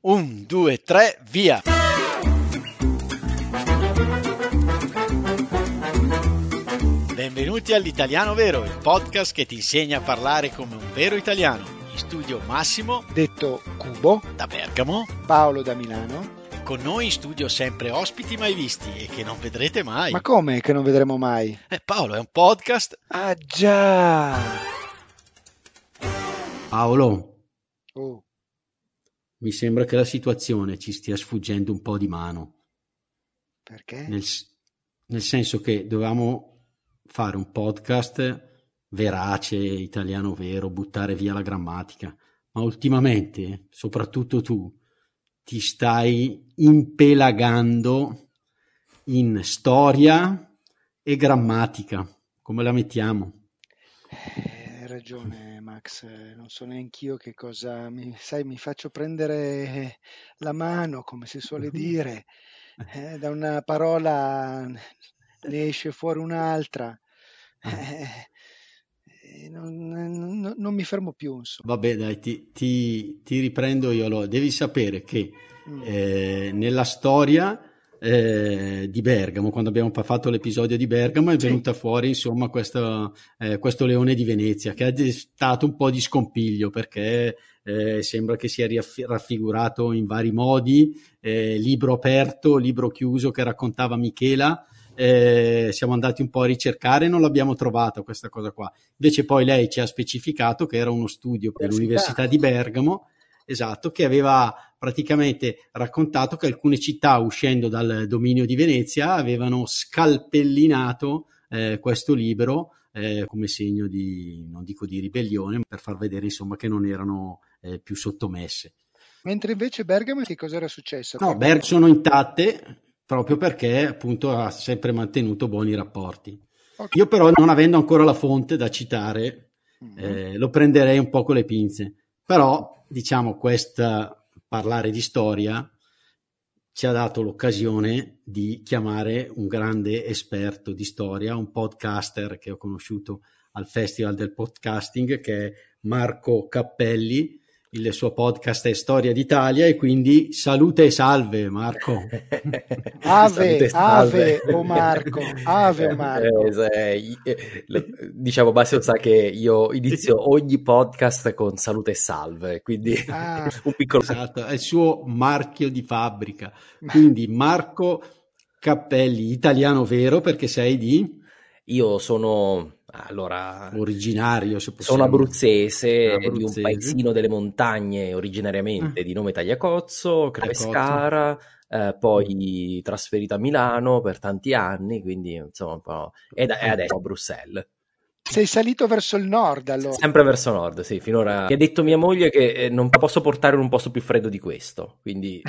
1, 2, 3, via! Benvenuti all'Italiano Vero, il podcast che ti insegna a parlare come un vero italiano. In studio Massimo, detto Cubo, da Bergamo, Paolo da Milano. Con noi in studio sempre ospiti mai visti e che non vedrete mai. Ma come che non vedremo mai? Paolo, è un podcast. Ah già! Paolo, Oh, mi sembra che la situazione ci stia sfuggendo un po' di mano, perché? nel senso che dovevamo fare un podcast verace, italiano vero, buttare via la grammatica, ma ultimamente, soprattutto tu, ti stai impelagando in storia e grammatica. Come la mettiamo? Hai ragione, Max, non so neanch'io che cosa mi faccio prendere la mano, come si suole dire. Da una parola ne esce fuori un'altra. Non mi fermo più, insomma. Vabbè, dai, ti riprendo io. Allora, devi sapere che nella storia di Bergamo, quando abbiamo fatto l'episodio di Bergamo, è venuta fuori insomma questo leone di Venezia che ha destato un po' di scompiglio perché sembra che sia raffigurato in vari modi, libro aperto, libro chiuso che raccontava Michela. Siamo andati un po' a ricercare e non l'abbiamo trovato questa cosa qua. Invece poi lei ci ha specificato che era uno studio dell'Università di Bergamo, esatto, che aveva praticamente raccontato che alcune città uscendo dal dominio di Venezia avevano scalpellinato questo libro come segno di, non dico di ribellione, ma per far vedere insomma che non erano più sottomesse. Mentre invece Bergamo, che cosa era successo? No, Bergamo sono intatte proprio perché appunto ha sempre mantenuto buoni rapporti. Okay. Io però, non avendo ancora la fonte da citare, lo prenderei un po' con le pinze. Però, diciamo, parlare di storia ci ha dato l'occasione di chiamare un grande esperto di storia, un podcaster che ho conosciuto al Festival del Podcasting, che è Marco Cappelli. Il suo podcast è Storia d'Italia e quindi salute e salve Marco. Ave o Marco. Diciamo, Bassio sa che io inizio ogni podcast con salute e salve, quindi un piccolo... Esatto, è il suo marchio di fabbrica. Quindi Marco Cappelli, italiano vero, perché sei di... Io sono... originario, sono abruzzese, di un paesino delle montagne originariamente di nome Tagliacozzo, Pescara, poi trasferito a Milano per tanti anni, quindi insomma un po'... e adesso a Bruxelles. Sei salito verso il nord allora? Sempre verso nord, sì, finora. Mi ha detto mia moglie che non posso portare in un posto più freddo di questo, quindi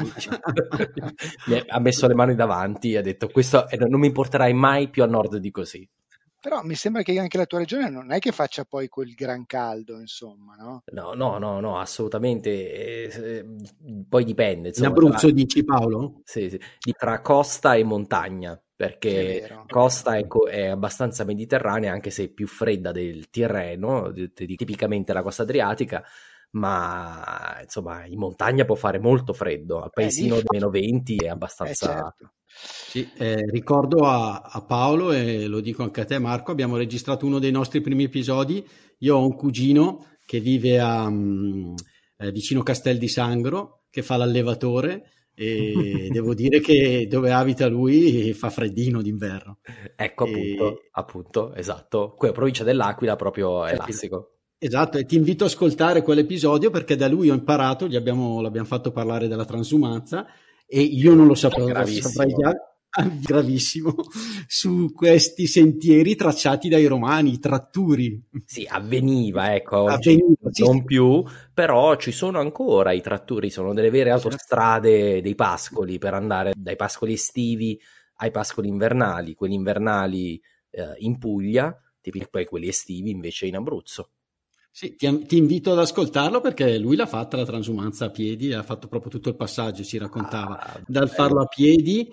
mi ha messo le mani davanti e ha detto questo non mi porterai mai più a nord di così. Però mi sembra che anche la tua regione non è che faccia poi quel gran caldo, insomma, no? No, assolutamente. Poi dipende. Insomma, in Abruzzo dici, Paolo? Sì, tra costa e montagna, perché costa è abbastanza mediterranea, anche se è più fredda del Tirreno, tipicamente la costa adriatica, ma insomma in montagna può fare molto freddo, al paesino di meno 20 è abbastanza... certo. Sì, ricordo a Paolo, e lo dico anche a te Marco, abbiamo registrato uno dei nostri primi episodi. Io ho un cugino che vive vicino Castel di Sangro, che fa l'allevatore, e devo dire che dove abita lui fa freddino d'inverno. Ecco, appunto, esatto. Qui a provincia dell'Aquila proprio è classico. Esatto, e ti invito ad ascoltare quell'episodio perché da lui ho imparato, l'abbiamo fatto parlare della transumanza e io non lo sapevo, gravissimo, su questi sentieri tracciati dai romani, i tratturi. Sì, avveniva, ecco, oggi non più, però ci sono ancora i tratturi, sono delle vere autostrade dei pascoli per andare dai pascoli estivi ai pascoli invernali, quelli invernali in Puglia, poi quelli estivi invece in Abruzzo. Sì, ti invito ad ascoltarlo perché lui l'ha fatta la transumanza a piedi, ha fatto proprio tutto il passaggio, ci raccontava, dal farlo a piedi,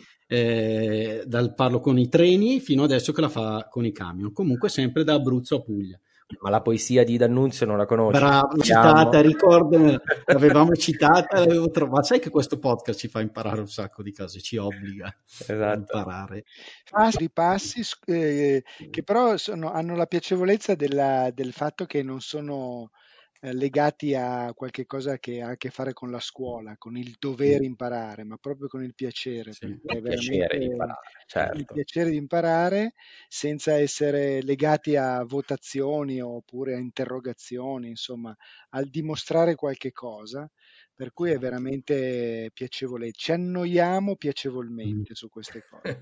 dal farlo con i treni fino adesso che la fa con i camion, comunque sempre da Abruzzo a Puglia. Ma la poesia di D'Annunzio non la conosci? Bravo, citata, ricordo, l'avevamo citata, l'avevo trovata. Ma sai che questo podcast ci fa imparare un sacco di cose, ci obbliga a imparare. Passi che però hanno la piacevolezza del fatto che non sono legati a qualche cosa che ha a che fare con la scuola, con il dover imparare, ma proprio con il piacere, Sì. perché è Il piacere di veramente imparare, il certo. piacere di imparare senza essere legati a votazioni oppure a interrogazioni, insomma, al dimostrare qualche cosa, per cui è veramente piacevole. Ci annoiamo piacevolmente su queste cose.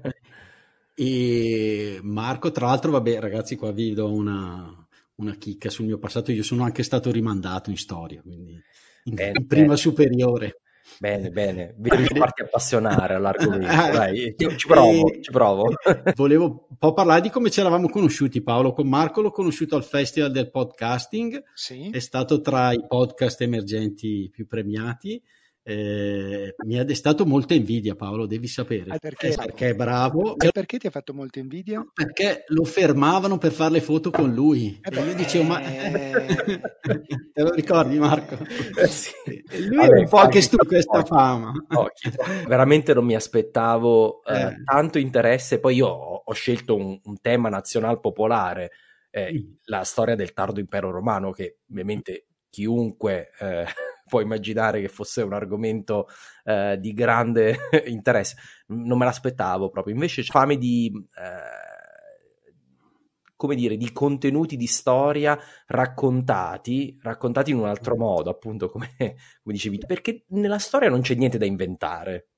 E Marco, tra l'altro, vabbè, ragazzi, qua vi do una chicca sul mio passato. Io sono anche stato rimandato in storia, quindi in prima superiore. Bene, vedo di farti appassionare all'argomento, dai, ci provo. Volevo un po' parlare di come ci eravamo conosciuti, Paolo. Con Marco l'ho conosciuto al Festival del Podcasting, sì. È stato tra i podcast emergenti più premiati. Mi ha destato molta invidia, Paolo, devi sapere. Perché è bravo. Perché ti ha fatto molta invidia? Perché lo fermavano per fare le foto con lui. E io dicevo, ma te lo ricordi, Marco? Sì. Lui è un po' anche su questa fama. Veramente non mi aspettavo tanto interesse. Poi io ho scelto un tema nazional popolare, la storia del tardo impero romano, che ovviamente chiunque può immaginare che fosse un argomento di grande interesse. Non me l'aspettavo proprio. Invece c'è fame di come dire, di contenuti di storia raccontati in un altro modo, appunto, come dicevi, perché nella storia non c'è niente da inventare.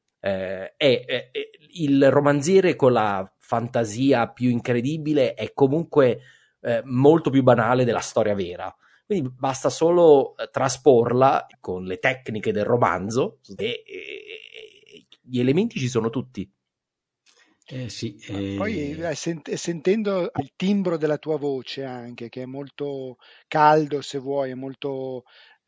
Il romanziere con la fantasia più incredibile è comunque molto più banale della storia vera. Quindi basta solo trasporla con le tecniche del romanzo e gli elementi ci sono tutti. Sì, Poi sentendo il timbro della tua voce anche, che è molto caldo se vuoi, è molto...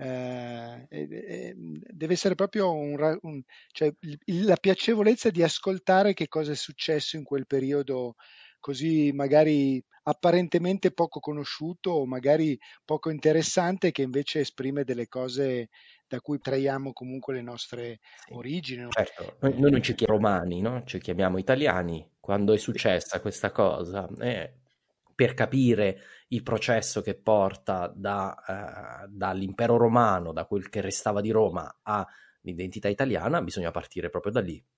deve essere proprio cioè, la piacevolezza di ascoltare che cosa è successo in quel periodo così magari apparentemente poco conosciuto o magari poco interessante, che invece esprime delle cose da cui traiamo comunque le nostre origini. Certo, noi non ci chiamiamo romani, no? Ci chiamiamo italiani. Quando è successa questa cosa, per capire il processo che porta dall'impero romano, da quel che restava di Roma, all'identità italiana, bisogna partire proprio da lì.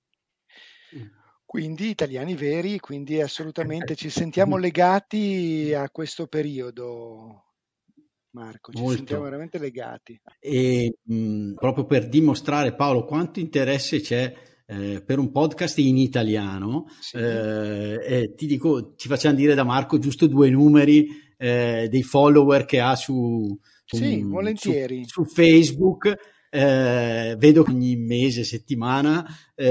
Quindi italiani veri, quindi assolutamente ci sentiamo legati a questo periodo, Marco, ci sentiamo veramente legati. E proprio per dimostrare, Paolo, quanto interesse c'è per un podcast in italiano, sì. Ti dico, ci facciamo dire da Marco giusto 2 numeri dei follower che ha sì, volentieri. su Facebook. Vedo che ogni mese, settimana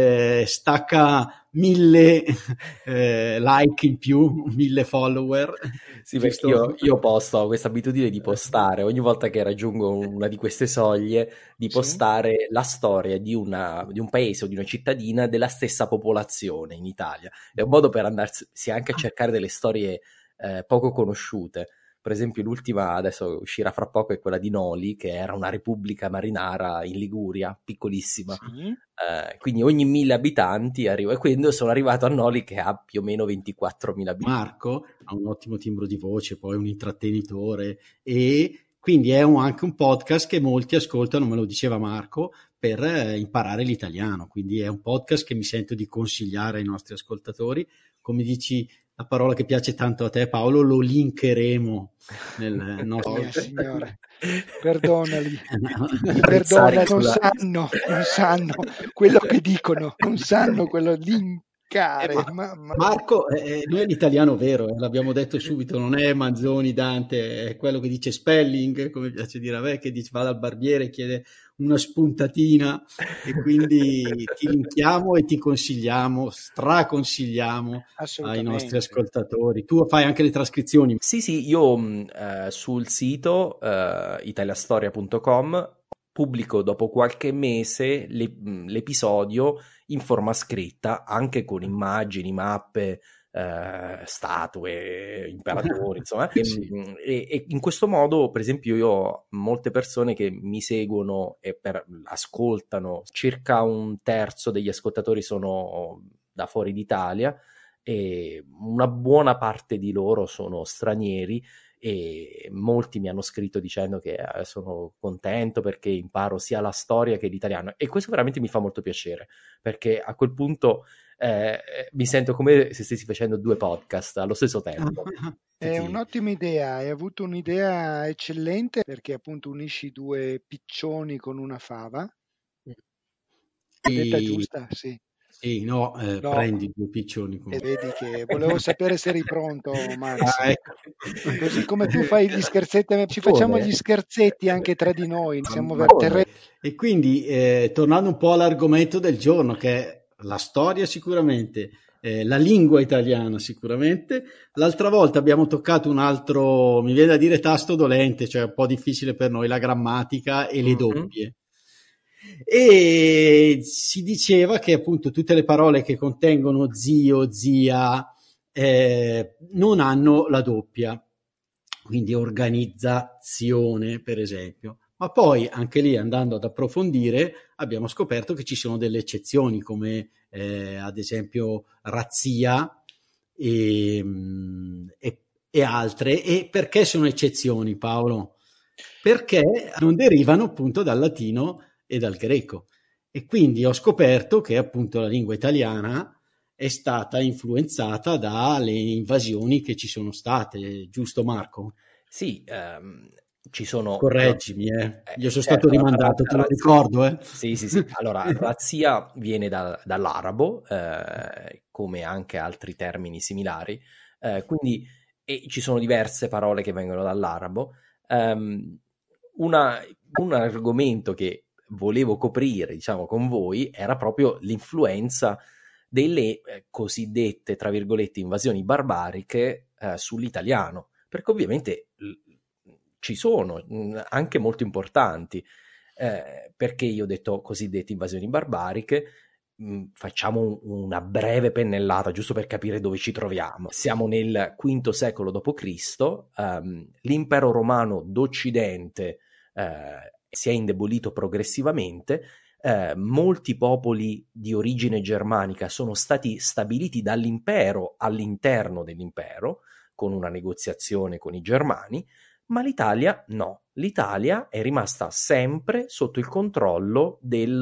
stacca 1000 like in più, 1000 follower. Sì, perché io ho questa abitudine di postare ogni volta che raggiungo una di queste soglie, di postare la storia di un paese o di una cittadina della stessa popolazione in Italia. È un modo per andarsi anche a cercare delle storie poco conosciute. Per esempio l'ultima, adesso uscirà fra poco, è quella di Noli, che era una repubblica marinara in Liguria, piccolissima. Sì. Quindi ogni 1000 abitanti arrivo, e quindi sono arrivato a Noli che ha più o meno 24.000 abitanti. Marco ha un ottimo timbro di voce, poi è un intrattenitore, e quindi è anche un podcast che molti ascoltano, me lo diceva Marco, per imparare l'italiano. Quindi è un podcast che mi sento di consigliare ai nostri ascoltatori. Come dici, la parola che piace tanto a te, Paolo, lo linkeremo nel nostro... Signore, perdonali, perdonali, non sanno quello che dicono, non sanno quello linkare. Marco, lui è l'italiano vero, l'abbiamo detto subito, non è Manzoni, Dante, è quello che dice spelling, come piace dire a me, che dice va dal barbiere e chiede una spuntatina, e quindi ti linkiamo e ti consigliamo, straconsigliamo ai nostri ascoltatori. Tu fai anche le trascrizioni? Sì, io sul sito italiastoria.com pubblico dopo qualche mese l'episodio in forma scritta, anche con immagini, mappe, statue, imperatori, insomma. Sì. E in questo modo, per esempio, io ho molte persone che mi seguono e ascoltano, circa un terzo degli ascoltatori sono da fuori d'Italia e una buona parte di loro sono stranieri, e molti mi hanno scritto dicendo che sono contento perché imparo sia la storia che l'italiano, e questo veramente mi fa molto piacere, perché a quel punto mi sento come se stessi facendo 2 podcast allo stesso tempo. È un'ottima idea, hai avuto un'idea eccellente, perché appunto unisci 2 piccioni con una fava. Detta giusta? Sì. Sì, no, prendi 2 piccioni E vedi che volevo sapere se eri pronto, Max. ecco. Così come tu fai gli scherzetti, ci facciamo gli scherzetti anche tra di noi, siamo verterreni. E quindi, tornando un po' all'argomento del giorno, che è la storia sicuramente, la lingua italiana sicuramente. L'altra volta abbiamo toccato un altro, mi viene da dire tasto dolente, cioè un po' difficile per noi, la grammatica e le doppie. E si diceva che appunto tutte le parole che contengono zio, zia, non hanno la doppia, quindi organizzazione per esempio. Ma poi anche lì, andando ad approfondire, abbiamo scoperto che ci sono delle eccezioni, come ad esempio razzia e altre. E perché sono eccezioni, Paolo? Perché non derivano appunto dal latino e dal greco, e quindi ho scoperto che appunto la lingua italiana è stata influenzata dalle invasioni che ci sono state, giusto Marco? Sì, ci sono... Correggimi, io sono certo, stato rimandato, te lo ricordo. Sì. Allora, razzia viene dall'arabo, come anche altri termini similari, quindi ci sono diverse parole che vengono dall'arabo. Un argomento che volevo coprire, diciamo, con voi era proprio l'influenza delle cosiddette, tra virgolette, invasioni barbariche sull'italiano, perché ovviamente ci sono anche molto importanti. Perché io ho detto cosiddette invasioni barbariche? Facciamo una breve pennellata giusto per capire dove ci troviamo. Siamo nel V secolo d.C., l'impero romano d'Occidente si è indebolito progressivamente, molti popoli di origine germanica sono stati stabiliti dall'impero all'interno dell'impero, con una negoziazione con i germani, ma l'Italia no. L'Italia è rimasta sempre sotto il controllo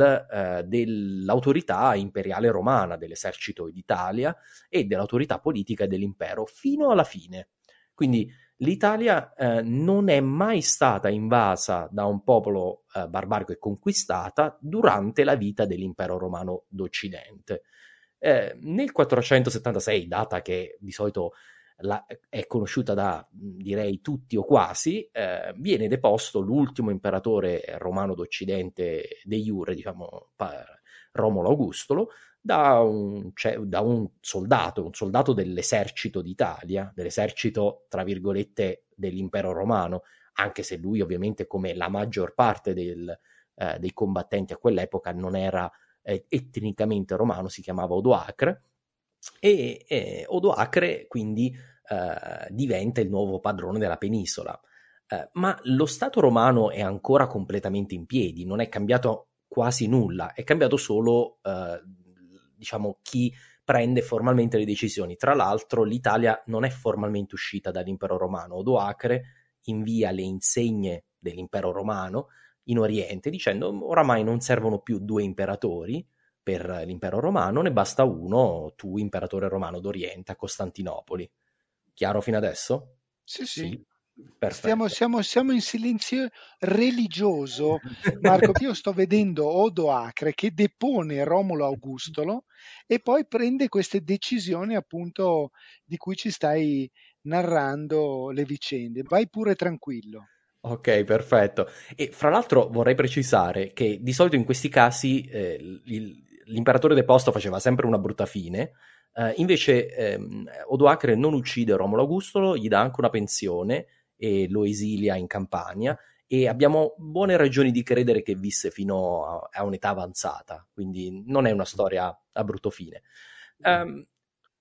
dell'autorità imperiale romana, dell'esercito d'Italia e dell'autorità politica dell'impero fino alla fine. Quindi l'Italia non è mai stata invasa da un popolo barbarico e conquistata durante la vita dell'impero romano d'Occidente. Nel 476, data che di solito è conosciuta da, direi, tutti o quasi, viene deposto l'ultimo imperatore romano d'Occidente de iure, diciamo Romolo Augustolo, da un soldato dell'esercito d'Italia, dell'esercito, tra virgolette, dell'impero romano, anche se lui ovviamente, come la maggior parte dei combattenti a quell'epoca, non era etnicamente romano, si chiamava Odoacre, e Odoacre quindi diventa il nuovo padrone della penisola. Ma lo Stato romano è ancora completamente in piedi, non è cambiato quasi nulla, è cambiato solo diciamo chi prende formalmente le decisioni. Tra l'altro l'Italia non è formalmente uscita dall'impero romano. Odoacre invia le insegne dell'impero romano in Oriente dicendo oramai non servono più 2 imperatori per l'impero romano, ne basta uno, tu imperatore romano d'Oriente a Costantinopoli. Chiaro fino adesso? Sì. Perfetto. Siamo in silenzio religioso, Marco. Io sto vedendo Odoacre che depone Romolo Augustolo e poi prende queste decisioni, appunto, di cui ci stai narrando le vicende. Vai pure tranquillo. Ok, perfetto. E fra l'altro vorrei precisare che di solito in questi casi l'imperatore deposto faceva sempre una brutta fine. Invece Odoacre non uccide Romolo Augustolo, gli dà anche una pensione e lo esilia in Campania, e abbiamo buone ragioni di credere che visse fino a un'età avanzata, quindi non è una storia a brutto fine.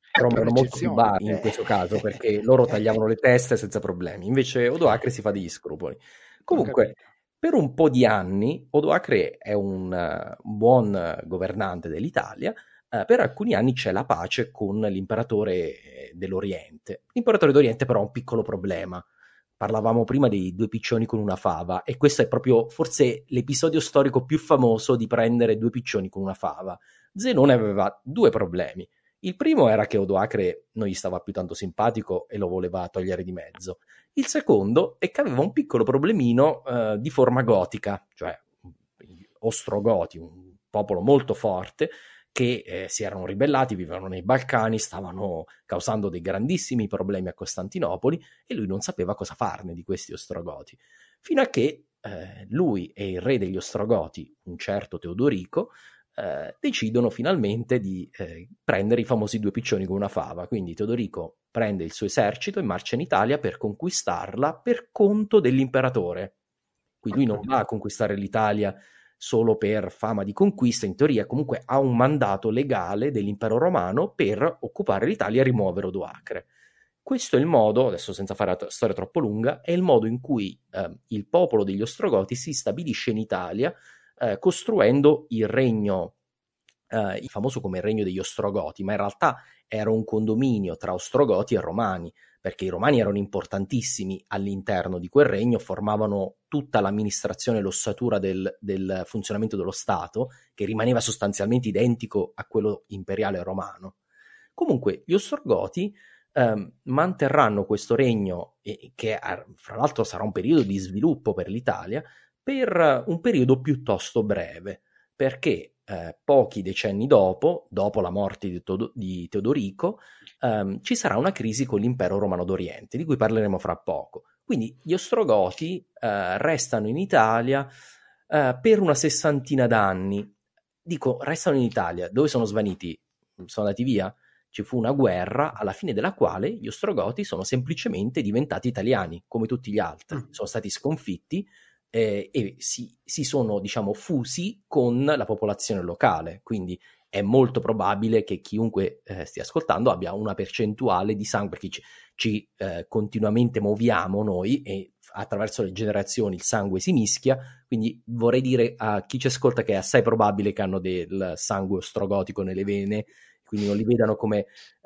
Roma erano molto più bassi in questo caso, perché loro tagliavano le teste senza problemi, invece Odoacre si fa degli scrupoli. Comunque, per un po' di anni Odoacre è un buon governante dell'Italia. Per alcuni anni c'è la pace con l'imperatore dell'Oriente. L'imperatore d'Oriente però ha un piccolo problema. Parlavamo prima dei due piccioni con una fava, e questo è proprio forse l'episodio storico più famoso di prendere due piccioni con una fava. Zenone aveva due problemi. Il primo era che Odoacre non gli stava più tanto simpatico e lo voleva togliere di mezzo. Il secondo è che aveva un piccolo problemino di forma gotica, cioè gli Ostrogoti, un popolo molto forte che si erano ribellati, vivevano nei Balcani, stavano causando dei grandissimi problemi a Costantinopoli, e lui non sapeva cosa farne di questi Ostrogoti. Fino a che lui e il re degli Ostrogoti, un certo Teodorico, decidono finalmente di prendere i famosi due piccioni con una fava. Quindi Teodorico prende il suo esercito e marcia in Italia per conquistarla per conto dell'imperatore. Quindi lui non va a conquistare l'Italia solo per fama di conquista, in teoria comunque ha un mandato legale dell'impero romano per occupare l'Italia e rimuovere Odoacre. Questo è il modo, adesso senza fare la storia troppo lunga, è il modo in cui il popolo degli Ostrogoti si stabilisce in Italia, costruendo il regno, il famoso come regno degli Ostrogoti, ma in realtà era un condominio tra Ostrogoti e Romani, perché i Romani erano importantissimi all'interno di quel regno, formavano tutta l'amministrazione e l'ossatura del funzionamento dello Stato, che rimaneva sostanzialmente identico a quello imperiale romano. Comunque gli Ostrogoti manterranno questo regno, che fra l'altro sarà un periodo di sviluppo per l'Italia, per un periodo piuttosto breve, perché pochi decenni dopo la morte di Teodorico, ci sarà una crisi con l'impero romano d'Oriente, di cui parleremo fra poco. Quindi gli Ostrogoti restano in Italia per una sessantina d'anni. Dico, restano in Italia. Dove sono svaniti? Sono andati via? Ci fu una guerra alla fine della quale gli Ostrogoti sono semplicemente diventati italiani, come tutti gli altri. Sono stati sconfitti e si sono, diciamo, fusi con la popolazione locale. Quindi è molto probabile che chiunque stia ascoltando abbia una percentuale di sangue, perché ci continuamente muoviamo noi e attraverso le generazioni il sangue si mischia, quindi vorrei dire a chi ci ascolta che è assai probabile che hanno del sangue ostrogotico nelle vene, quindi non li vedano come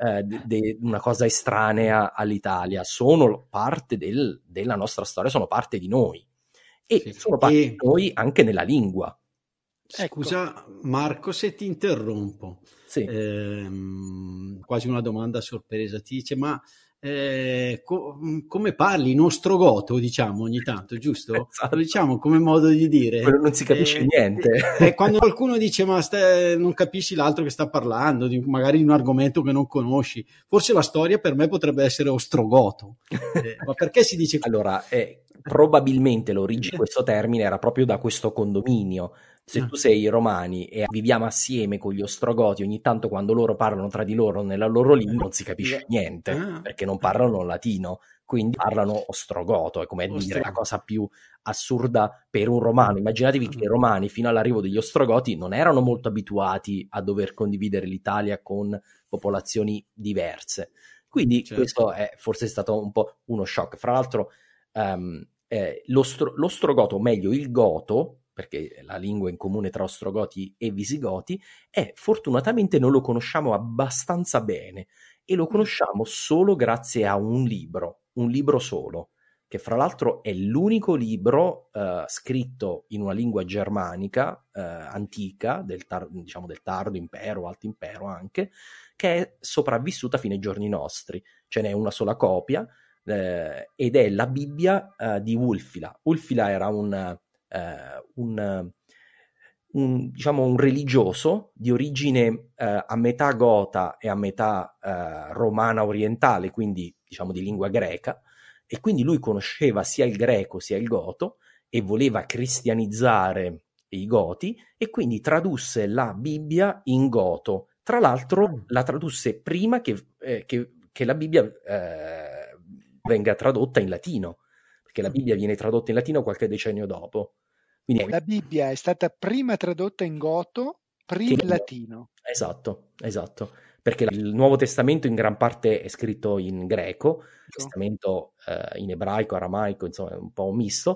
una cosa estranea all'Italia. Sono parte della nostra storia, sono parte di noi, e sono parte di noi anche nella lingua. Scusa Marco se ti interrompo, sì. Quasi una domanda a sorpresa. Ti dice, ma come parli in ostrogoto, diciamo ogni tanto, giusto? Esatto. Lo diciamo come modo di dire. Quello non si capisce niente. Quando qualcuno dice ma non capisci l'altro che sta parlando, magari di un argomento che non conosci, forse la storia per me potrebbe essere ostrogoto. Ma perché si dice? Allora, probabilmente l'origine di questo termine era proprio da questo condominio. Se tu sei romani e viviamo assieme con gli Ostrogoti, ogni tanto quando loro parlano tra di loro nella loro lingua non si capisce niente, perché non parlano latino, quindi parlano ostrogoto. È come dire la cosa più assurda per un romano. Immaginatevi che i romani fino all'arrivo degli Ostrogoti non erano molto abituati a dover condividere l'Italia con popolazioni diverse, quindi questo è forse stato un po' uno shock. Fra l'altro l'ostrogoto, o meglio il goto, perché la lingua in comune tra Ostrogoti e Visigoti, fortunatamente non lo conosciamo abbastanza bene, e lo conosciamo solo grazie a un libro solo, che fra l'altro è l'unico libro scritto in una lingua germanica antica, del tardo impero, alto impero anche, che è sopravvissuta fino ai giorni nostri. Ce n'è una sola copia, ed è la Bibbia di Wulfila. Wulfila era un religioso di origine a metà gota e a metà romana orientale, quindi diciamo di lingua greca, e quindi lui conosceva sia il greco sia il goto e voleva cristianizzare i goti, e quindi tradusse la Bibbia in goto. Tra l'altro la tradusse prima che la Bibbia venga tradotta in latino, perché la Bibbia viene tradotta in latino qualche decennio dopo. Quindi la Bibbia è stata prima tradotta in goto, prima in latino. Esatto, perché il Nuovo Testamento in gran parte è scritto in greco, il Testamento in ebraico, aramaico, insomma è un po' un misto,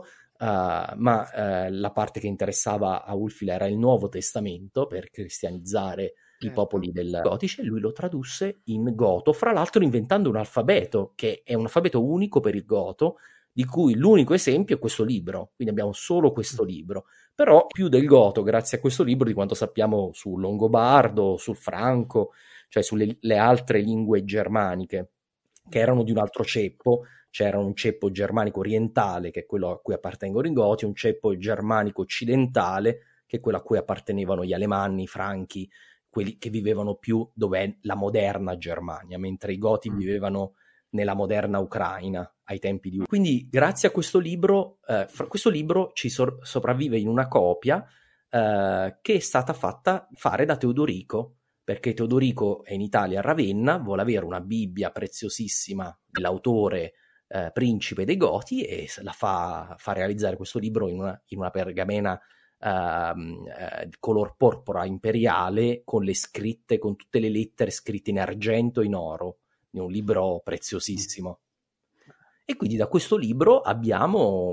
ma la parte che interessava a Wulfile era il Nuovo Testamento per cristianizzare i popoli del gotici, e lui lo tradusse in goto, fra l'altro inventando un alfabeto che è un alfabeto unico per il goto, di cui l'unico esempio è questo libro, quindi abbiamo solo questo libro, però più del goto grazie a questo libro di quanto sappiamo sul longobardo, sul franco, cioè sulle le altre lingue germaniche che erano di un altro ceppo. C'era un ceppo germanico orientale che è quello a cui appartengono i goti, un ceppo germanico occidentale che è quello a cui appartenevano gli alemanni, i franchi, quelli che vivevano più dove è la moderna Germania, mentre i goti vivevano nella moderna Ucraina ai tempi di... Quindi grazie a questo libro ci sopravvive in una copia che è stata fatta fare da Teodorico, perché Teodorico è in Italia a Ravenna, vuole avere una Bibbia preziosissima dell'autore principe dei Goti, e la fa realizzare questo libro in una pergamena color porpora imperiale, con le scritte, con tutte le lettere scritte in argento e in oro. È un libro preziosissimo. E quindi da questo libro abbiamo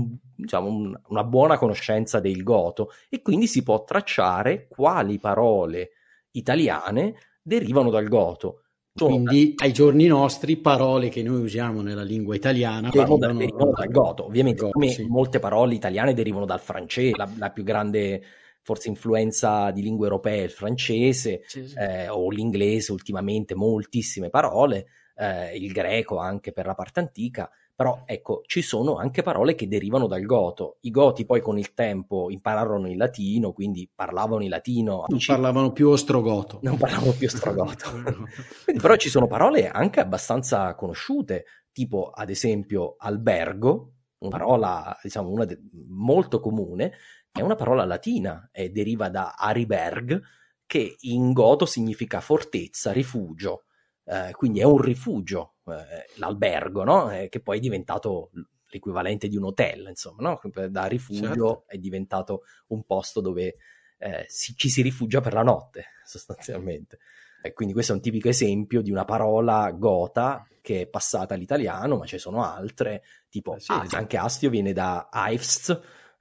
una buona conoscenza del goto, e quindi si può tracciare quali parole italiane derivano dal goto. Quindi ai giorni nostri parole che noi usiamo nella lingua italiana derivano dal goto. Ovviamente come molte parole italiane derivano dal francese, la più grande forse influenza di lingue europee è il francese, o l'inglese ultimamente, moltissime parole, il greco anche per la parte antica. Però ecco, ci sono anche parole che derivano dal goto. I goti poi con il tempo impararono il latino, quindi parlavano il latino. Non parlavano più ostrogoto. Non parlavano più ostrogoto. Quindi, però ci sono parole anche abbastanza conosciute, tipo ad esempio albergo, una parola molto comune, è una parola latina e deriva da ariberg, che in goto significa fortezza, rifugio. Quindi è un rifugio, l'albergo, no? Che poi è diventato l'equivalente di un hotel, insomma, no? Da rifugio è diventato un posto dove ci si rifugia per la notte, sostanzialmente. Quindi questo è un tipico esempio di una parola gota che è passata all'italiano, ma ci sono altre, tipo anche astio viene da aifst,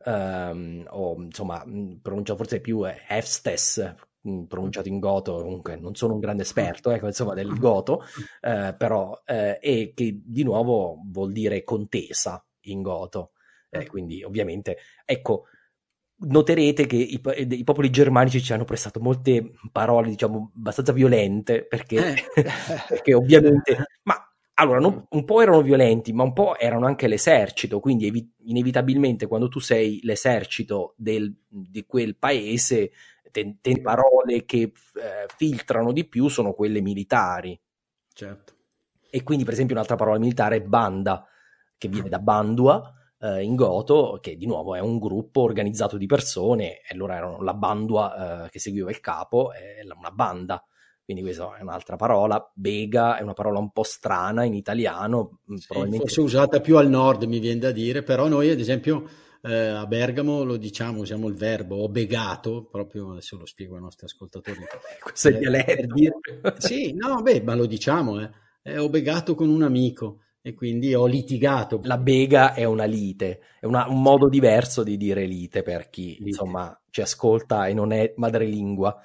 o insomma pronuncia forse più efstes, pronunciato in goto. Comunque non sono un grande esperto insomma del goto, però e che di nuovo vuol dire contesa in goto, quindi ovviamente ecco, noterete che i popoli germanici ci hanno prestato molte parole diciamo abbastanza violente, perché ovviamente allora un po' erano violenti, ma un po' erano anche l'esercito, quindi inevitabilmente quando tu sei l'esercito di quel paese, le parole che filtrano di più sono quelle militari. Certo. E quindi per esempio un'altra parola militare è banda, che viene da bandua in goto, che di nuovo è un gruppo organizzato di persone, e allora erano la bandua che seguiva il capo, una banda. Quindi questa è un'altra parola. Bega è una parola un po' strana in italiano, probabilmente forse usata più al nord, mi viene da dire, però noi ad esempio a Bergamo lo diciamo, usiamo il verbo ho begato, proprio adesso lo spiego ai nostri ascoltatori. Questo è il dialetto. Ma lo diciamo, ho begato con un amico e quindi ho litigato. La bega è una lite, è un modo diverso di dire lite per chi insomma ci ascolta e non è madrelingua.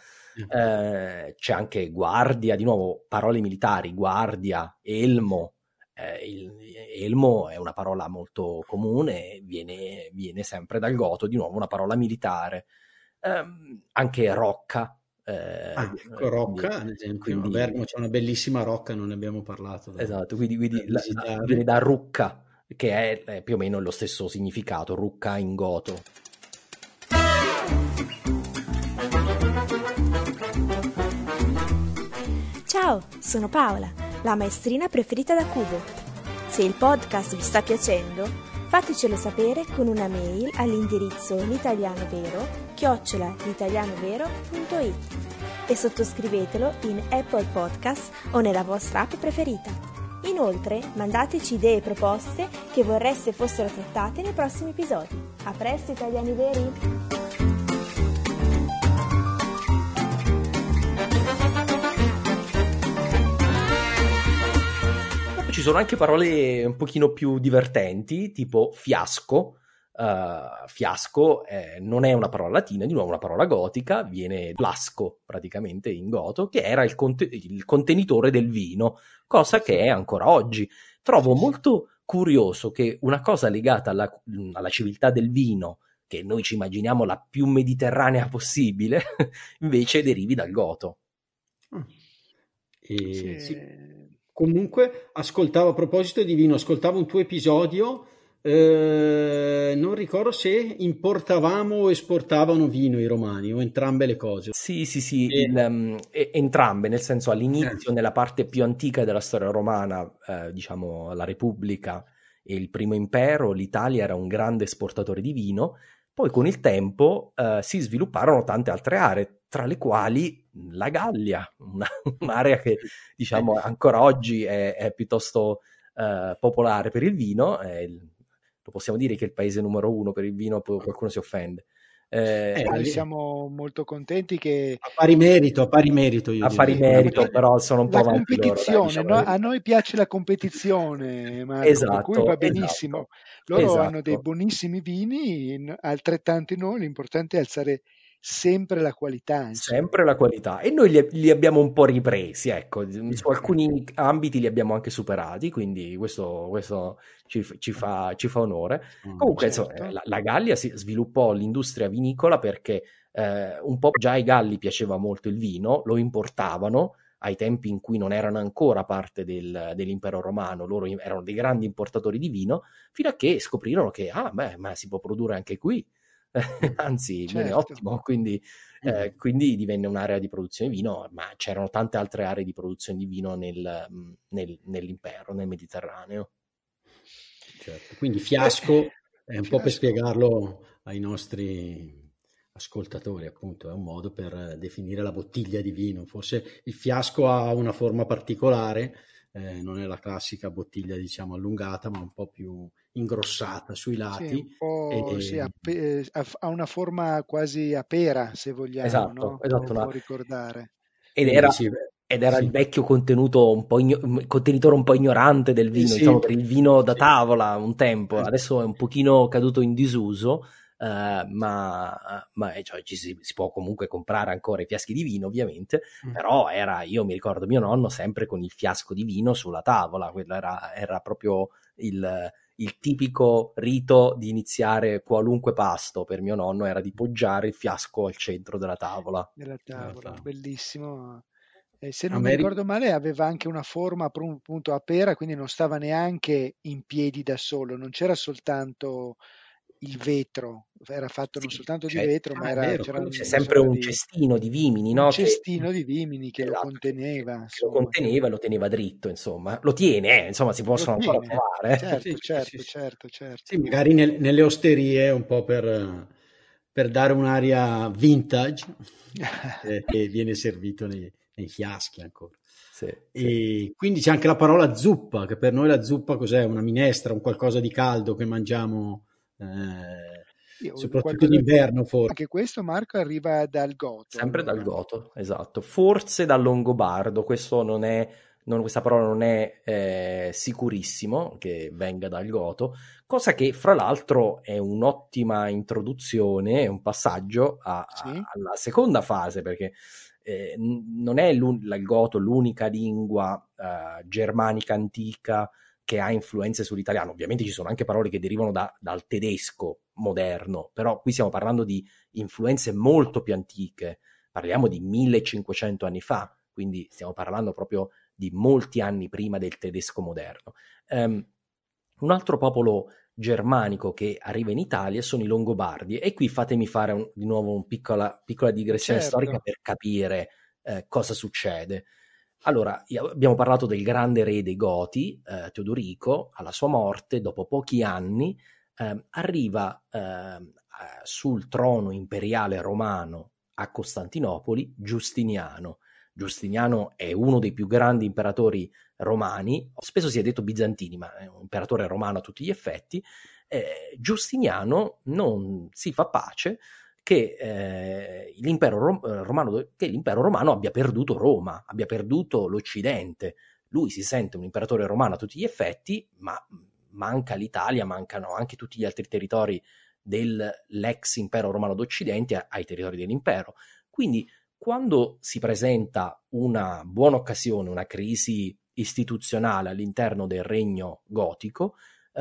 C'è anche guardia, di nuovo parole militari, guardia, elmo. Elmo è una parola molto comune, viene sempre dal goto, di nuovo una parola militare. Anche rocca. Rocca, ad esempio. A Bergamo c'è una bellissima rocca, non ne abbiamo parlato. Esatto, quindi viene da rucca, che è più o meno lo stesso significato, rucca in goto. Ciao, sono Paola, la maestrina preferita da Cubo. Se il podcast vi sta piacendo, fatecelo sapere con una mail all'indirizzo l'italianovero@l'italianovero.it e sottoscrivetelo in Apple Podcast o nella vostra app preferita. Inoltre, mandateci idee e proposte che vorreste fossero trattate nei prossimi episodi. A presto, italiani veri! ci sono anche parole un pochino più divertenti, tipo fiasco. Fiasco non è una parola latina, è di nuovo una parola gotica, viene flasco praticamente in goto, che era il contenitore del vino, cosa che è ancora oggi. Trovo molto curioso che una cosa legata alla civiltà del vino, che noi ci immaginiamo la più mediterranea possibile, invece derivi dal goto. Sì. Comunque ascoltavo, a proposito di vino, ascoltavo un tuo episodio, non ricordo se importavamo o esportavano vino i romani o entrambe le cose. Sì, entrambe, nel senso all'inizio, nella parte più antica della storia romana, diciamo la Repubblica e il Primo Impero, l'Italia era un grande esportatore di vino. Poi con il tempo si svilupparono tante altre aree, tra le quali la Gallia, un'area che diciamo ancora oggi è piuttosto popolare per il vino. Lo possiamo dire che è il paese numero 1 per il vino, poi qualcuno si offende. Noi siamo molto contenti che a pari merito io a pari merito, però sono un po' la competizione, loro, diciamo. A noi piace la competizione, Marco, esatto, per cui va benissimo. Loro hanno dei buonissimi vini, altrettanti noi, l'importante è alzare sempre la qualità. Sempre la qualità, e noi li abbiamo un po' ripresi, ecco, su alcuni ambiti li abbiamo anche superati, quindi questo ci fa onore. Comunque certo. insomma, la Gallia si sviluppò l'industria vinicola perché un po' già ai Galli piaceva molto il vino, lo importavano ai tempi in cui non erano ancora parte dell'impero romano, loro erano dei grandi importatori di vino, fino a che scoprirono che ma si può produrre anche qui. Anzi, viene ottimo, quindi divenne un'area di produzione di vino, ma c'erano tante altre aree di produzione di vino nell'impero, nel Mediterraneo. Certo. Quindi fiasco è un po' per spiegarlo ai nostri ascoltatori, appunto, è un modo per definire la bottiglia di vino. Forse il fiasco ha una forma particolare, non è la classica bottiglia, diciamo, allungata, ma un po' più ingrossata sui lati. Ha una forma quasi a pera, se vogliamo, esatto, può ricordare. Ed era il vecchio contenitore un po' ignorante del vino, diciamo, per il vino da tavola un tempo. Adesso è un pochino caduto in disuso, ma si può comunque comprare ancora i fiaschi di vino, ovviamente, però io mi ricordo mio nonno sempre con il fiasco di vino sulla tavola. Quello era proprio il tipico rito di iniziare qualunque pasto per mio nonno, era di poggiare il fiasco al centro della tavola. Bellissimo. Se non mi ricordo male aveva anche una forma appunto a pera, quindi non stava neanche in piedi da solo, non c'era soltanto il vetro, era fatto non soltanto di vetro, ma c'è sempre un cestino di vimini, un cestino di vimini che lo conteneva, che lo conteneva e lo teneva dritto, insomma, lo tiene, insomma, si possono ancora trovare. Certo. Sì, magari nelle osterie, un po' per dare un'aria vintage che viene servito nei fiaschi ancora. E quindi c'è anche la parola zuppa, che per noi la zuppa cos'è? Una minestra, un qualcosa di caldo che mangiamo soprattutto d'inverno, forse. Anche questo, Marco, arriva dal goto. Sempre dal goto, esatto. Forse dal longobardo, questa parola non è sicurissimo che venga dal goto, cosa che fra l'altro è un'ottima introduzione, un passaggio alla seconda fase, perché non è il goto l'unica lingua germanica antica che ha influenze sull'italiano. Ovviamente ci sono anche parole che derivano dal tedesco moderno, però qui stiamo parlando di influenze molto più antiche, parliamo di 1500 anni fa, quindi stiamo parlando proprio di molti anni prima del tedesco moderno. Un altro popolo germanico che arriva in Italia sono i Longobardi, e qui fatemi fare di nuovo una piccola digressione storica per capire cosa succede. Allora, abbiamo parlato del grande re dei Goti, Teodorico. Alla sua morte, dopo pochi anni, arriva sul trono imperiale romano a Costantinopoli Giustiniano. Giustiniano è uno dei più grandi imperatori romani, spesso si è detto bizantini, ma è un imperatore romano a tutti gli effetti. Giustiniano non si fa pace che l'impero romano abbia perduto Roma, abbia perduto l'Occidente, lui si sente un imperatore romano a tutti gli effetti, ma manca l'Italia, mancano anche tutti gli altri territori dell'ex impero romano d'Occidente ai territori dell'impero. Quindi quando si presenta una buona occasione, una crisi istituzionale all'interno del regno gotico,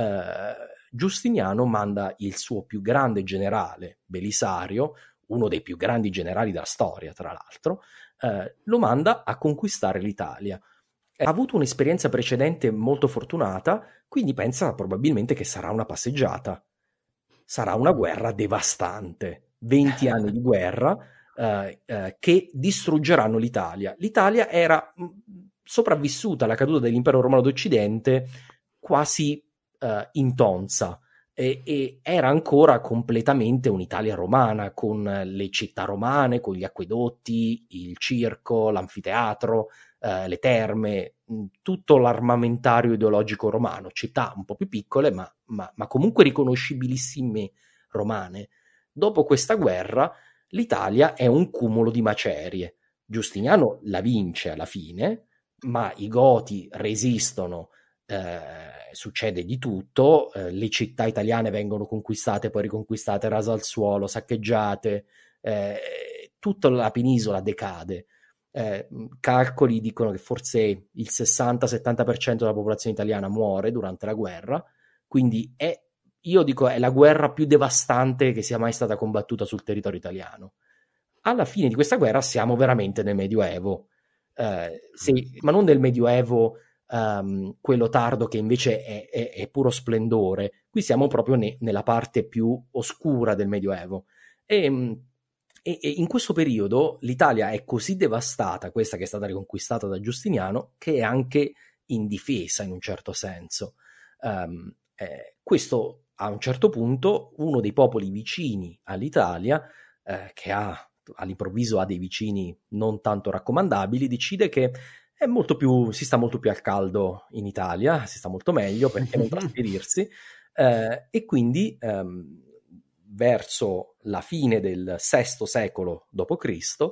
Giustiniano manda il suo più grande generale, Belisario, uno dei più grandi generali della storia, tra l'altro, lo manda a conquistare l'Italia. Ha avuto un'esperienza precedente molto fortunata, quindi pensa probabilmente che sarà una passeggiata. Sarà una guerra devastante, 20 anni di guerra che distruggeranno l'Italia. L'Italia era sopravvissuta alla caduta dell'impero romano d'Occidente quasi intonsa, e era ancora completamente un'Italia romana, con le città romane, con gli acquedotti, il circo, l'anfiteatro, le terme, tutto l'armamentario ideologico romano, città un po' più piccole ma comunque riconoscibilissime romane. Dopo questa guerra l'Italia è un cumulo di macerie. Giustiniano la vince alla fine, ma i Goti resistono, succede di tutto, le città italiane vengono conquistate, poi riconquistate, rase al suolo, saccheggiate, tutta la penisola decade. Calcoli dicono che forse il 60-70% della popolazione italiana muore durante la guerra, quindi è la guerra più devastante che sia mai stata combattuta sul territorio italiano. Alla fine di questa guerra siamo veramente nel Medioevo, ma non nel Medioevo quello tardo che invece è puro splendore. Qui siamo proprio nella parte più oscura del Medioevo, e in questo periodo l'Italia è così devastata, questa che è stata riconquistata da Giustiniano, che è anche indifesa in un certo senso. Questo a un certo punto uno dei popoli vicini all'Italia, che all'improvviso ha dei vicini non tanto raccomandabili, decide che si sta molto più al caldo in Italia, si sta molto meglio, perché non trasferirsi, e quindi verso la fine del VI secolo d.C.,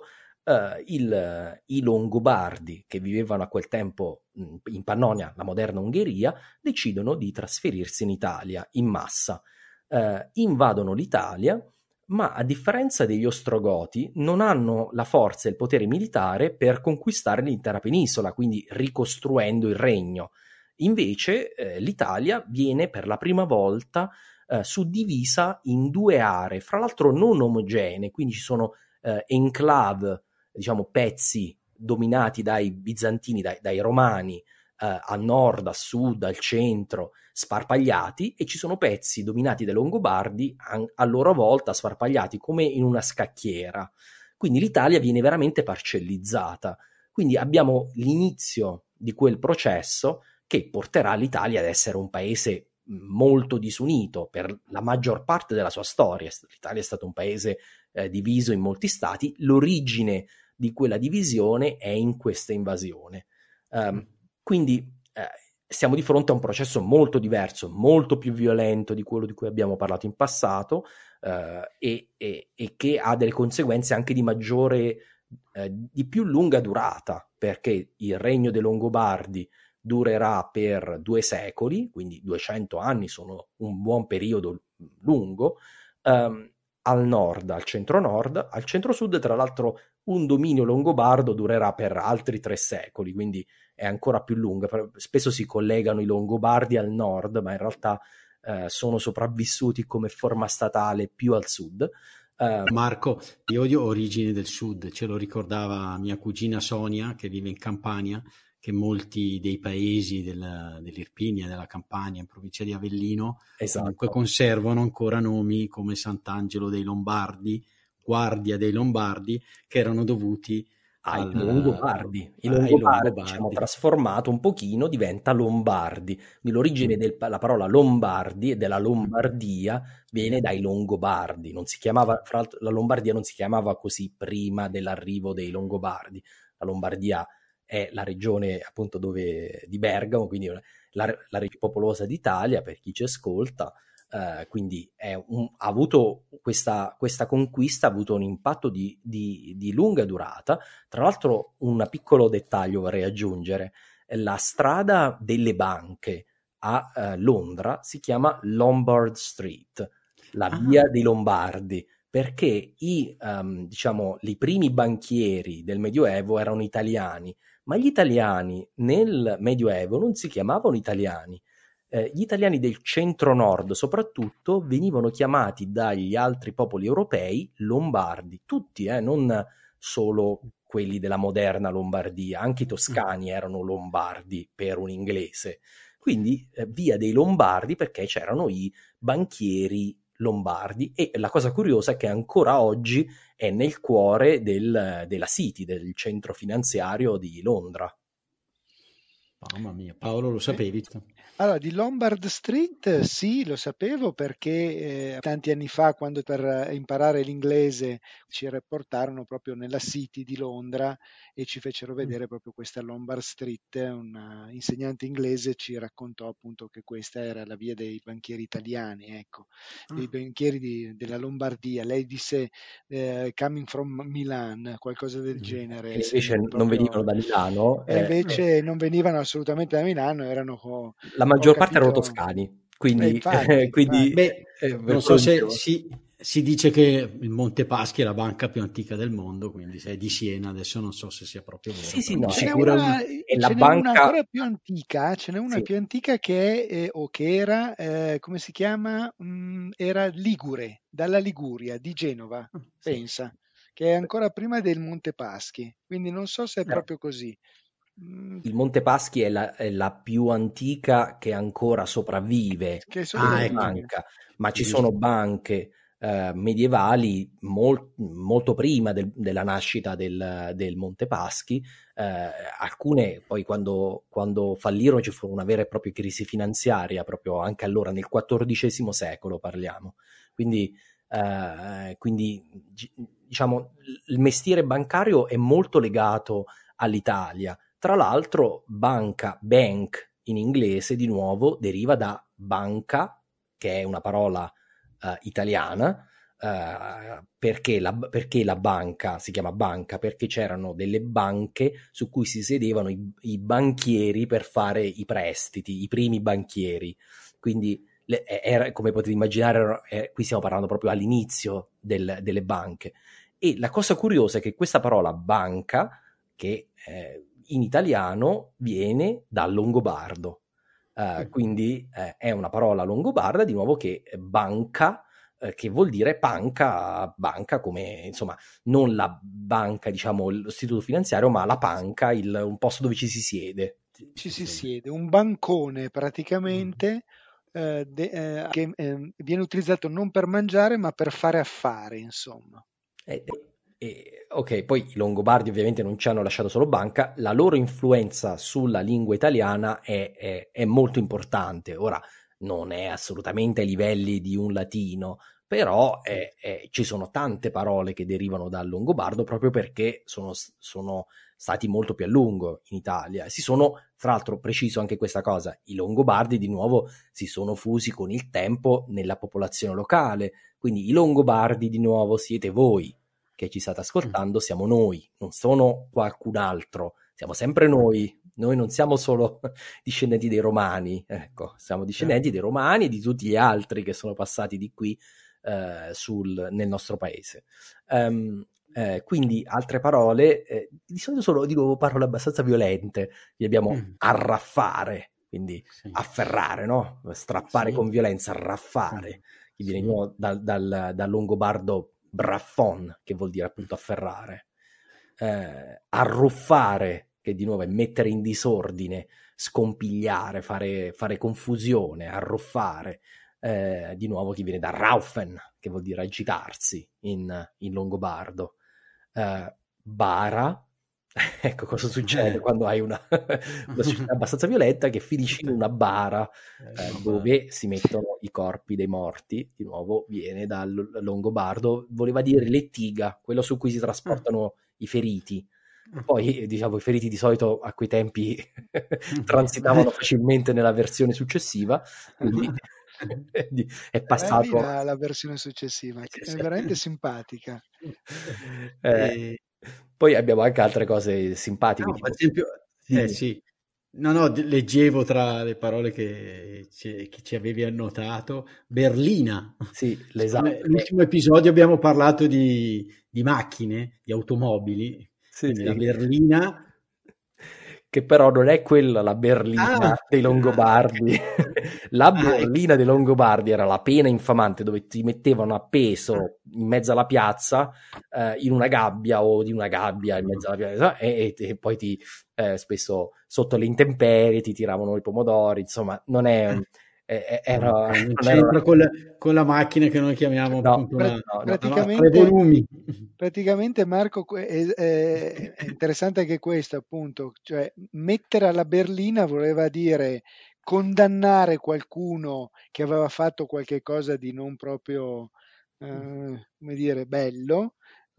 i Longobardi, che vivevano a quel tempo in Pannonia, la moderna Ungheria, decidono di trasferirsi in Italia in massa. Invadono l'Italia, ma a differenza degli Ostrogoti non hanno la forza e il potere militare per conquistare l'intera penisola, quindi ricostruendo il regno. Invece l'Italia viene per la prima volta suddivisa in due aree, fra l'altro non omogenee, quindi ci sono enclave, diciamo pezzi dominati dai bizantini, dai romani, a nord, a sud, al centro, sparpagliati, e ci sono pezzi dominati dai Longobardi a loro volta sparpagliati come in una scacchiera. Quindi l'Italia viene veramente parcellizzata. Quindi abbiamo l'inizio di quel processo che porterà l'Italia ad essere un paese molto disunito per la maggior parte della sua storia. L'Italia è stato un paese diviso in molti stati. L'origine di quella divisione è in questa invasione. Quindi siamo di fronte a un processo molto diverso, molto più violento di quello di cui abbiamo parlato in passato, e che ha delle conseguenze anche di più lunga durata, perché il regno dei Longobardi durerà per 2 secoli, quindi 200 anni sono un buon periodo lungo, al nord, al centro-nord. Al centro-sud, tra l'altro, un dominio longobardo durerà per altri 3 secoli, quindi è ancora più lunga. Spesso si collegano i Longobardi al nord, ma in realtà sono sopravvissuti come forma statale più al sud. Marco, io ho origini del sud, ce lo ricordava mia cugina Sonia, che vive in Campania, che molti dei paesi dell'Irpinia, della Campania, in provincia di Avellino, esatto, comunque conservano ancora nomi come Sant'Angelo dei Lombardi, Guardia dei Lombardi, che erano dovuti ai Longobardi. I Longobardi ci hanno trasformato un pochino, diventa Lombardi. Quindi l'origine della parola Lombardi e della Lombardia viene dai Longobardi. Non si chiamava, fra l'altro, la Lombardia non si chiamava così prima dell'arrivo dei Longobardi. La Lombardia è la regione appunto di Bergamo, quindi la regione più popolosa d'Italia, per chi ci ascolta. Quindi ha avuto questa conquista, ha avuto un impatto di lunga durata. Tra l'altro, un piccolo dettaglio vorrei aggiungere: la strada delle banche a Londra si chiama Lombard Street, la via dei Lombardi, perché i primi banchieri del Medioevo erano italiani, ma gli italiani nel Medioevo non si chiamavano italiani. Gli italiani del centro-nord soprattutto venivano chiamati dagli altri popoli europei Lombardi, tutti, non solo quelli della moderna Lombardia, anche i toscani erano lombardi per un inglese. Quindi via dei Lombardi perché c'erano i banchieri lombardi, e la cosa curiosa è che ancora oggi è nel cuore della City, del centro finanziario di Londra. Mamma mia, Paolo, lo sapevi? Allora, di Lombard Street sì, lo sapevo perché tanti anni fa, quando per imparare l'inglese ci riportarono proprio nella City di Londra e ci fecero vedere proprio questa Lombard Street. Un insegnante inglese ci raccontò appunto che questa era la via dei banchieri italiani, ecco, dei banchieri della Lombardia. Lei disse coming from Milan, qualcosa del genere. E invece non venivano da Milano. E invece non venivano assolutamente da Milano, erano... La maggior parte erano toscani, quindi, infatti. Non so se si dice che il Monte Paschi è la banca più antica del mondo, quindi se è di Siena, adesso non so se sia proprio vero. Sì, no, ce n'è una ancora più antica, più antica che era, come si chiama? Era Ligure, dalla Liguria, di Genova, pensa, che è ancora prima del Monte Paschi, quindi non so se è proprio così. Il Monte Paschi è la più antica che ancora sopravvive, banca, ma ci sono banche medievali molto prima della nascita del Monte Paschi. Alcune poi quando fallirono ci fu una vera e propria crisi finanziaria, proprio anche allora nel XIV secolo parliamo, quindi diciamo il mestiere bancario è molto legato all'Italia. Tra l'altro bank in inglese di nuovo deriva da banca, che è una parola italiana, perché la banca si chiama banca perché c'erano delle banche su cui si sedevano i banchieri per fare i prestiti, i primi banchieri. Quindi come potete immaginare, qui stiamo parlando proprio all'inizio delle banche. E la cosa curiosa è che questa parola banca, che in italiano viene dal longobardo, quindi è una parola longobarda di nuovo che banca, che vuol dire banca come insomma non la banca, diciamo l'istituto finanziario, ma la panca, un posto dove ci si siede. Ci si siede, un bancone praticamente che viene utilizzato non per mangiare ma per fare affari, insomma. Ok, poi i Longobardi ovviamente non ci hanno lasciato solo banca, la loro influenza sulla lingua italiana è molto importante. Ora non è assolutamente ai livelli di un latino, però ci sono tante parole che derivano dal longobardo proprio perché sono stati molto più a lungo in Italia. Tra l'altro, preciso anche questa cosa, i Longobardi di nuovo si sono fusi con il tempo nella popolazione locale, quindi i Longobardi di nuovo siete voi che ci state ascoltando, siamo noi, non sono qualcun altro, siamo sempre noi non siamo solo discendenti dei Romani, ecco, siamo discendenti dei Romani e di tutti gli altri che sono passati di qui nel nostro paese. Quindi altre parole, di solito sono di nuovo parole abbastanza violente, li abbiamo arraffare, quindi afferrare, no? Strappare con violenza, arraffare, che viene dal longobardo braffon, che vuol dire appunto afferrare, arruffare, che di nuovo è mettere in disordine, scompigliare, fare confusione, arruffare, di nuovo che viene da raufen, che vuol dire agitarsi in longobardo. Bara, ecco cosa succede quando hai una società abbastanza violenta, che finisce in una bara dove si mettono i corpi dei morti. Di nuovo viene dal longobardo, voleva dire lettiga, quello su cui si trasportano i feriti. Poi diciamo i feriti di solito a quei tempi transitavano facilmente nella versione successiva, quindi è passato la versione successiva, è veramente simpatica. Poi abbiamo anche altre cose simpatiche, per esempio No, leggevo tra le parole che ci avevi annotato, berlina. Sì, l'esatto. L'ultimo episodio abbiamo parlato di macchine, di automobili, sì, quindi la berlina. Che però non è quella la berlina dei Longobardi. La berlina dei Longobardi era la pena infamante dove ti mettevano appeso in mezzo alla piazza, in una gabbia o di una gabbia in mezzo alla piazza, e poi ti spesso sotto le intemperie ti tiravano i pomodori, insomma, non è... non c'entra con la macchina che noi chiamiamo appunto praticamente, tre volumi. Praticamente, Marco, è interessante anche questo, appunto, cioè mettere alla berlina voleva dire condannare qualcuno che aveva fatto qualche cosa di non proprio, come dire, bello,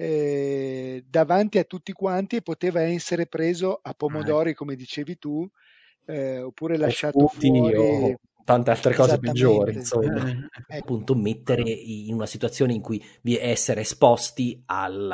davanti a tutti quanti, e poteva essere preso a pomodori, come dicevi tu, oppure lasciato fuori. O tante altre cose peggiori, insomma. Appunto, mettere in una situazione in cui essere esposti al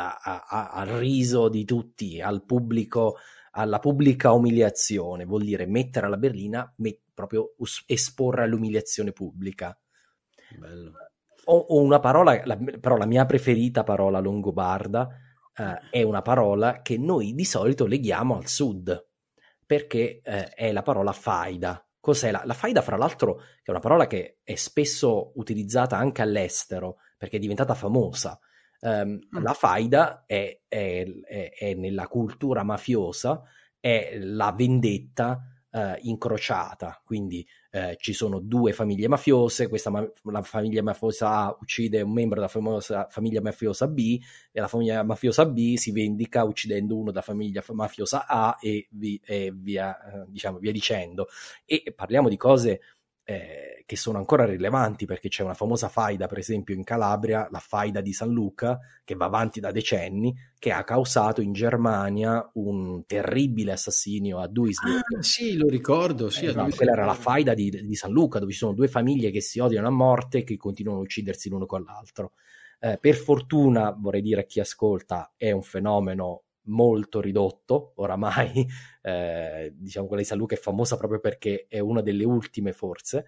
riso di tutti, al pubblico, alla pubblica umiliazione, vuol dire mettere alla berlina, proprio esporre all'umiliazione pubblica. Bello. Ho una parola, però la mia preferita parola longobarda è una parola che noi di solito leghiamo al sud, perché è la parola faida. Cos'è la faida, fra l'altro, che è una parola che è spesso utilizzata anche all'estero, perché è diventata famosa. La faida è nella cultura mafiosa, è la vendetta incrociata, quindi ci sono due famiglie mafiose, la famiglia mafiosa A uccide un membro della famosa famiglia mafiosa B, e la famiglia mafiosa B si vendica uccidendo uno della famiglia mafiosa A, e via dicendo. E parliamo di cose che sono ancora rilevanti, perché c'è una famosa faida, per esempio in Calabria, la faida di San Luca, che va avanti da decenni, che ha causato in Germania un terribile assassinio a Duisburg. Sì, lo ricordo. Sì, quella era la faida di San Luca, dove ci sono due famiglie che si odiano a morte e che continuano a uccidersi l'uno con l'altro. Per fortuna, vorrei dire a chi ascolta, è un fenomeno molto ridotto oramai. Quella di San Luca è famosa proprio perché è una delle ultime, forse,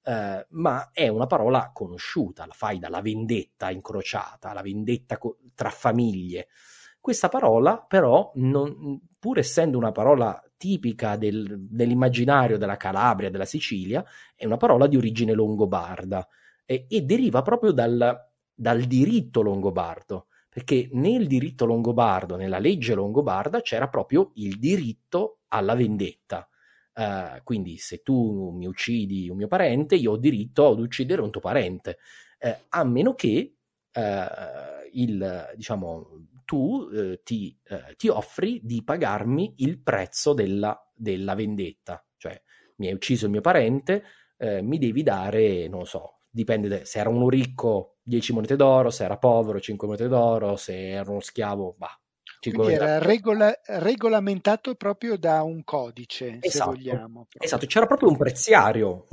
ma è una parola conosciuta, la faida, la vendetta incrociata, la vendetta tra famiglie. Questa parola però, pur essendo una parola tipica dell'immaginario della Calabria, della Sicilia, è una parola di origine longobarda, e deriva proprio dal diritto longobardo, perché nel diritto longobardo, nella legge longobarda, c'era proprio il diritto alla vendetta. Quindi se tu mi uccidi un mio parente, io ho diritto ad uccidere un tuo parente, a meno che tu ti offri di pagarmi il prezzo della vendetta. Cioè, mi hai ucciso il mio parente, mi devi dare, non so, dipende se era uno ricco 10 monete d'oro, se era povero 5 monete d'oro, se era uno schiavo, quindi era regolamentato proprio da un codice, se vogliamo. Esatto, c'era proprio un preziario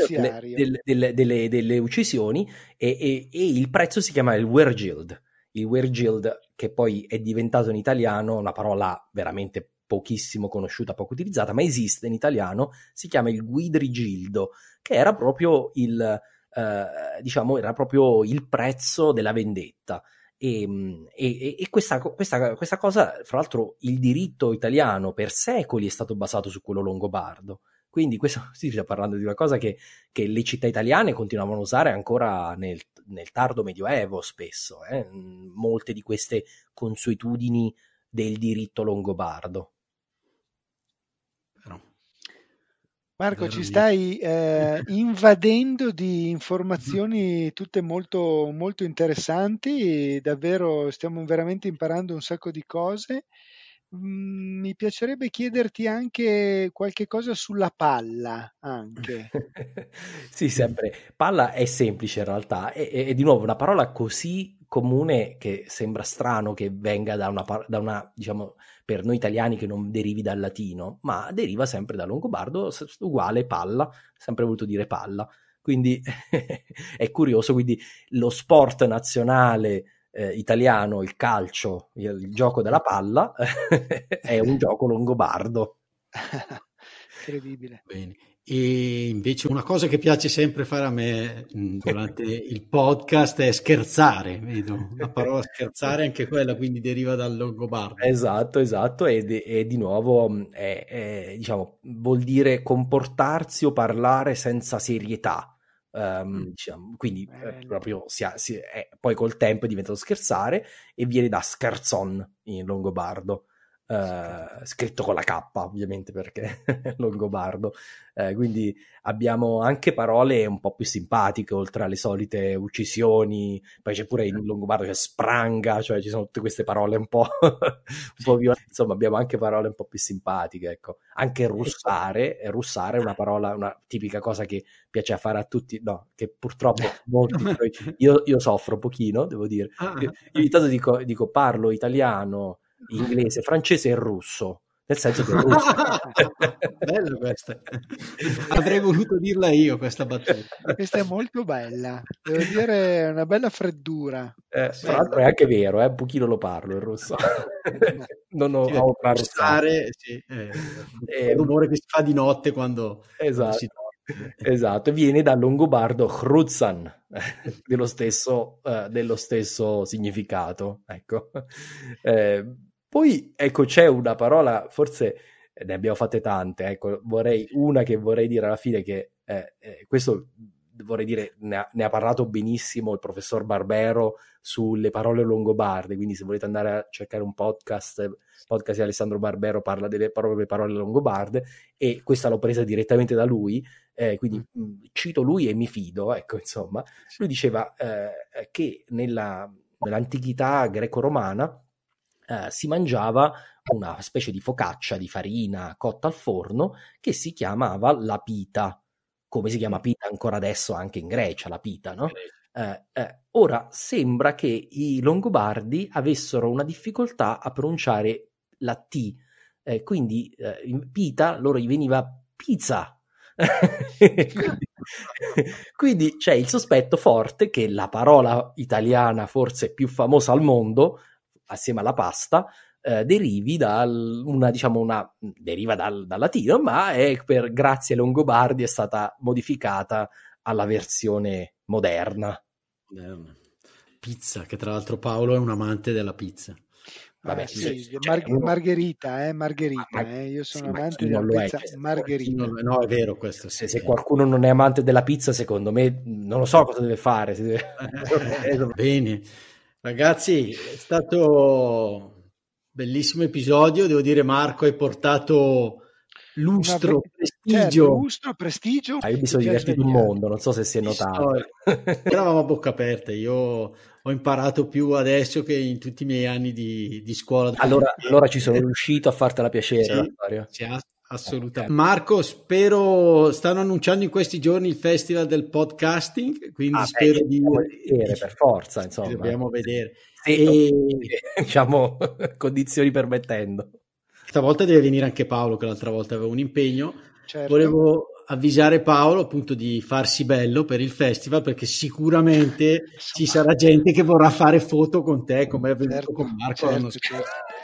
delle uccisioni, e il prezzo si chiama il Wergild. Il Wergild, che poi è diventato in italiano una parola veramente pochissimo conosciuta, poco utilizzata, ma esiste in italiano, si chiama il Guidrigildo, che era proprio era proprio il prezzo della vendetta. E questa cosa, fra l'altro, il diritto italiano per secoli è stato basato su quello longobardo, quindi questo si sta parlando di una cosa che le città italiane continuavano a usare ancora nel tardo medioevo spesso, molte di queste consuetudini del diritto longobardo. Marco, ci stai invadendo di informazioni tutte molto, molto interessanti, davvero stiamo veramente imparando un sacco di cose. Mi piacerebbe chiederti anche qualche cosa sulla palla, anche. Sì, sempre. Palla è semplice in realtà, è di nuovo una parola così comune che sembra strano che venga da una, diciamo, per noi italiani, che non derivi dal latino, ma deriva sempre dal longobardo, uguale palla, sempre voluto dire palla. Quindi è curioso, quindi lo sport nazionale italiano, il calcio, il gioco della palla, è un gioco longobardo. Incredibile. Bene. E invece una cosa che piace sempre fare a me durante il podcast è scherzare, vedo la parola scherzare, anche quella quindi deriva dal longobardo. Esatto, e di nuovo diciamo, vuol dire comportarsi o parlare senza serietà. Diciamo, quindi proprio poi col tempo è diventato scherzare e viene da scherzon in longobardo. Scritto con la K ovviamente perché è longobardo, quindi abbiamo anche parole un po' più simpatiche oltre alle solite uccisioni. Poi c'è pure in longobardo che spranga, cioè ci sono tutte queste parole un po' violente. Insomma, abbiamo anche parole un po' più simpatiche, ecco. Anche russare è una parola, una tipica cosa che piace a fare a tutti, no, che purtroppo molti io soffro un pochino, devo dire. Io ogni tanto dico parlo italiano, inglese, francese e russo, nel senso che russo. Bella questa, avrei voluto dirla io questa battuta. Questa è molto bella, devo dire, è una bella freddura. Tra l'altro è anche vero, un pochino lo parlo il russo. Non ho a russare, sì, il rumore che si fa di notte quando esatto, viene dal longobardo Hruzan, dello stesso significato, ecco. Poi ecco, c'è una parola, forse ne abbiamo fatte tante, ecco, una che vorrei dire alla fine, che questo vorrei dire ne ha parlato benissimo il professor Barbero sulle parole longobarde, quindi se volete andare a cercare un podcast di Alessandro Barbero, parla delle parole longobarde, e questa l'ho presa direttamente da lui, quindi cito lui e mi fido, ecco, insomma. Lui diceva che nell'antichità greco-romana si mangiava una specie di focaccia di farina cotta al forno che si chiamava la pita, come si chiama pita ancora adesso anche in Grecia, la pita, no? Ora sembra che i longobardi avessero una difficoltà a pronunciare la T, quindi in pita loro gli veniva pizza. Quindi c'è il sospetto forte che la parola italiana forse più famosa al mondo, assieme alla pasta, deriva dal latino, ma grazie ai longobardi è stata modificata alla versione moderna. Pizza, che tra l'altro Paolo è un amante della pizza. Vabbè, sì, Margherita, io sono amante della pizza Margherita. No, è vero questo. Sì. Se qualcuno non è amante della pizza, secondo me non lo so cosa deve fare. Bene, ragazzi, è stato bellissimo episodio. Devo dire, Marco, hai portato lustro, prestigio. Certo, lustro, prestigio. Io mi sono divertito un mondo, non so se si è notato. Eravamo a bocca aperta, io ho imparato più adesso che in tutti i miei anni di scuola. Allora ci sono riuscito a fartela piacere, sì, la storia. Sì, assolutamente. Marco, spero, stanno annunciando in questi giorni il festival del podcasting, quindi spero di vedere, per forza, insomma. Dobbiamo vedere. Diciamo, condizioni permettendo. Stavolta deve venire anche Paolo, che l'altra volta aveva un impegno. Certo. Volevo avvisare Paolo appunto di farsi bello per il festival, perché sicuramente ci sarà gente che vorrà fare foto con te, come è avvenuto con Marco l'anno scorso.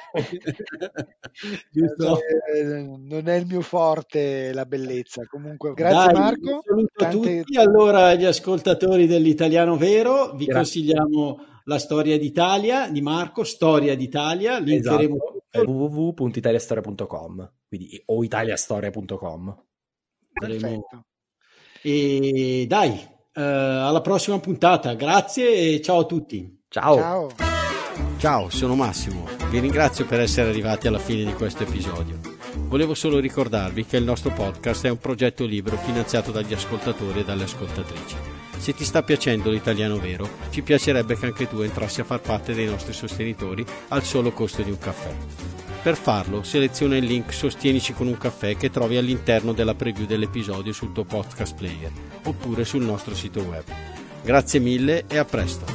Giusto? Non è il mio forte la bellezza. Comunque, grazie. Dai, Marco. Saluto a tutti. Allora, gli ascoltatori dell'Italiano Vero, vi consigliamo la storia d'Italia di Marco, Storia d'Italia, linkeremo www.italiastoria.com, quindi o italiastoria.com. Perfetto. E dai, alla prossima puntata. Grazie e ciao a tutti. Ciao, sono Massimo. Vi ringrazio per essere arrivati alla fine di questo episodio. Volevo solo ricordarvi che il nostro podcast è un progetto libero finanziato dagli ascoltatori e dalle ascoltatrici. Se ti sta piacendo l'Italiano Vero, ci piacerebbe che anche tu entrassi a far parte dei nostri sostenitori al solo costo di un caffè. Per farlo, seleziona il link Sostienici con un caffè che trovi all'interno della preview dell'episodio sul tuo podcast player oppure sul nostro sito web. Grazie mille e a presto!